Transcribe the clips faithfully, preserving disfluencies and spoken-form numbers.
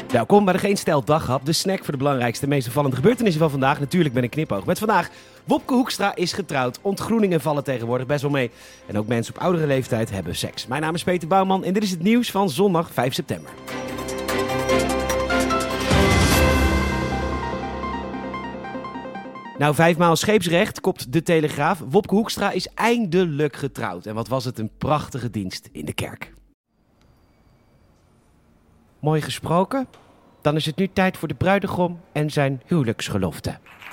Welkom bij de Geen Stijl Daghap, de snack voor de belangrijkste en meest opvallende gebeurtenissen van vandaag. Natuurlijk met een knipoog. Met vandaag, Wopke Hoekstra is getrouwd. Ontgroeningen vallen tegenwoordig best wel mee. En ook mensen op oudere leeftijd hebben seks. Mijn naam is Peter Bouwman en dit is het nieuws van zondag vijf september. Nou, vijfmaal scheepsrecht, kopt de Telegraaf. Wopke Hoekstra is eindelijk getrouwd. En wat was het een prachtige dienst in de kerk. Mooi gesproken. Dan is het nu tijd voor de bruidegom en zijn huwelijksgelofte.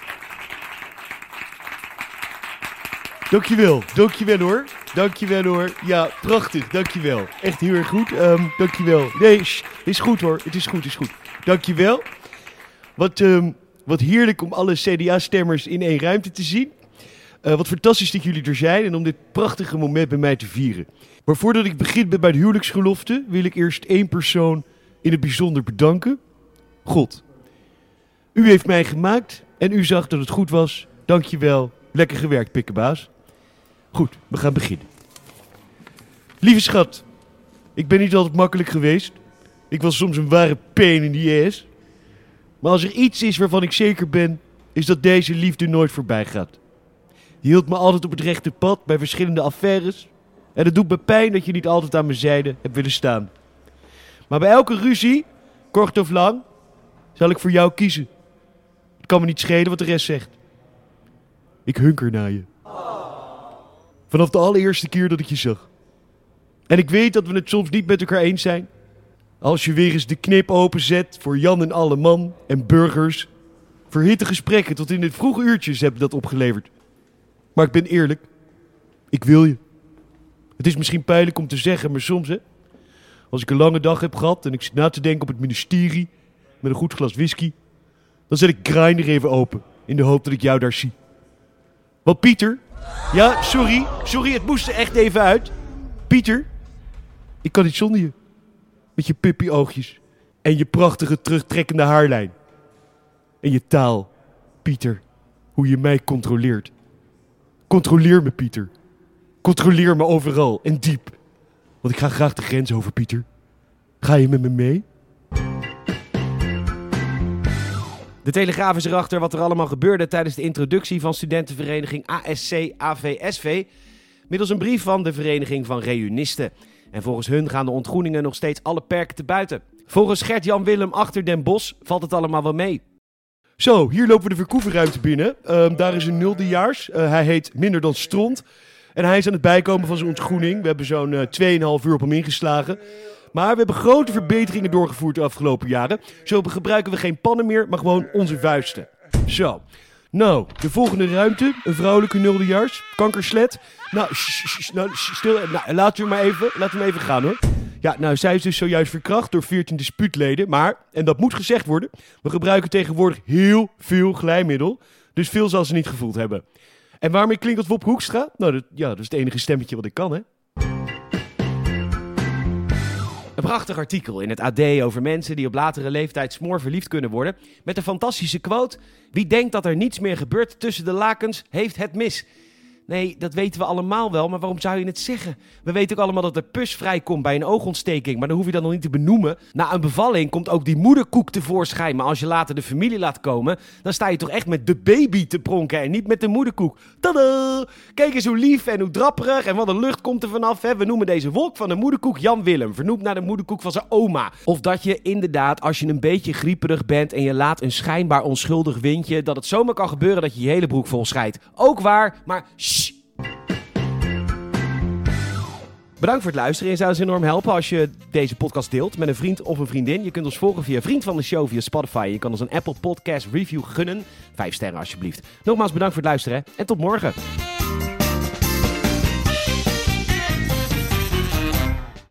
Dankjewel, dankjewel hoor. Dankjewel hoor. Ja, prachtig, dankjewel. Echt heel erg goed, um, dankjewel. Nee, sh, is goed hoor, het is goed, het is goed. Dankjewel. Wat, um, wat heerlijk om alle C D A-stemmers in één ruimte te zien. Uh, wat fantastisch dat jullie er zijn en om dit prachtige moment bij mij te vieren. Maar voordat ik begin met mijn huwelijksgelofte, wil ik eerst één persoon in het bijzonder bedanken. God. U heeft mij gemaakt en u zag dat het goed was. Dankjewel. Lekker gewerkt, pikkebaas. Goed, we gaan beginnen. Lieve schat, ik ben niet altijd makkelijk geweest. Ik was soms een ware pain in the ass. Maar als er iets is waarvan ik zeker ben, is dat deze liefde nooit voorbij gaat. Je hield me altijd op het rechte pad bij verschillende affaires. En het doet me pijn dat je niet altijd aan mijn zijde hebt willen staan. Maar bij elke ruzie, kort of lang, zal ik voor jou kiezen. Het kan me niet schelen wat de rest zegt. Ik hunker naar je. Vanaf de allereerste keer dat ik je zag. En ik weet dat we het soms niet met elkaar eens zijn. Als je weer eens de knip openzet voor Jan en alle man en burgers. Verhitte gesprekken tot in het vroege uurtjes hebben dat opgeleverd. Maar ik ben eerlijk. Ik wil je. Het is misschien pijnlijk om te zeggen, maar soms hè. Als ik een lange dag heb gehad en ik zit na te denken op het ministerie met een goed glas whisky, dan zet ik Grindr even open in de hoop dat ik jou daar zie. Want Pieter, ja, sorry, sorry, het moest er echt even uit. Pieter, ik kan niet zonder je. Met je puppy-oogjes en je prachtige terugtrekkende haarlijn. En je taal, Pieter, hoe je mij controleert. Controleer me, Pieter. Controleer me overal en diep. Want ik ga graag de grens over, Pieter. Ga je met me mee? De Telegraaf is erachter wat er allemaal gebeurde tijdens de introductie van studentenvereniging A S C A V S V. Middels een brief van de vereniging van reunisten. En volgens hun gaan de ontgroeningen nog steeds alle perken te buiten. Volgens Gert-Jan Willem achter Den Bosch valt het allemaal wel mee. Zo, hier lopen we de verkoevenruimte binnen. Uh, daar is een nuldejaars. Uh, hij heet Minder dan Stront. En hij is aan het bijkomen van zijn ontgroening. We hebben zo'n uh, twee komma vijf uur op hem ingeslagen. Maar we hebben grote verbeteringen doorgevoerd de afgelopen jaren. Zo gebruiken we geen pannen meer, maar gewoon onze vuisten. Zo. Nou, de volgende ruimte. Een vrouwelijke nuldejaars. Kankerslet. Nou, sh, sh, sh, nou stil. Nou, laten we maar even, laten we maar even gaan hoor. Ja, nou, zij is dus zojuist verkracht door veertien dispuutleden. Maar, en dat moet gezegd worden, we gebruiken tegenwoordig heel veel glijmiddel. Dus veel zal ze niet gevoeld hebben. En waarmee klinkt dat Wopke Hoekstra? Nou, dat, ja, dat is het enige stemmetje wat ik kan, hè. Een prachtig artikel in het A D over mensen die op latere leeftijd smoorverliefd kunnen worden. Met een fantastische quote. Wie denkt dat er niets meer gebeurt tussen de lakens, heeft het mis. Nee, dat weten we allemaal wel, maar waarom zou je het zeggen? We weten ook allemaal dat er pus vrijkomt bij een oogontsteking, maar dan hoef je dat nog niet te benoemen. Na een bevalling komt ook die moederkoek tevoorschijn, maar als je later de familie laat komen, dan sta je toch echt met de baby te pronken en niet met de moederkoek. Tadaa! Kijk eens hoe lief en hoe drapperig en wat een lucht komt er vanaf. Hè? We noemen deze wolk van de moederkoek Jan Willem, vernoemd naar de moederkoek van zijn oma. Of dat je inderdaad, als je een beetje grieperig bent en je laat een schijnbaar onschuldig windje, dat het zomaar kan gebeuren dat je je hele broek vol scheidt. Ook waar, maar shh. Bedankt voor het luisteren. Je zou ons enorm helpen als je deze podcast deelt met een vriend of een vriendin. Je kunt ons volgen via Vriend van de Show via Spotify. Je kan ons een Apple Podcast review gunnen. Vijf sterren alsjeblieft. Nogmaals bedankt voor het luisteren en tot morgen.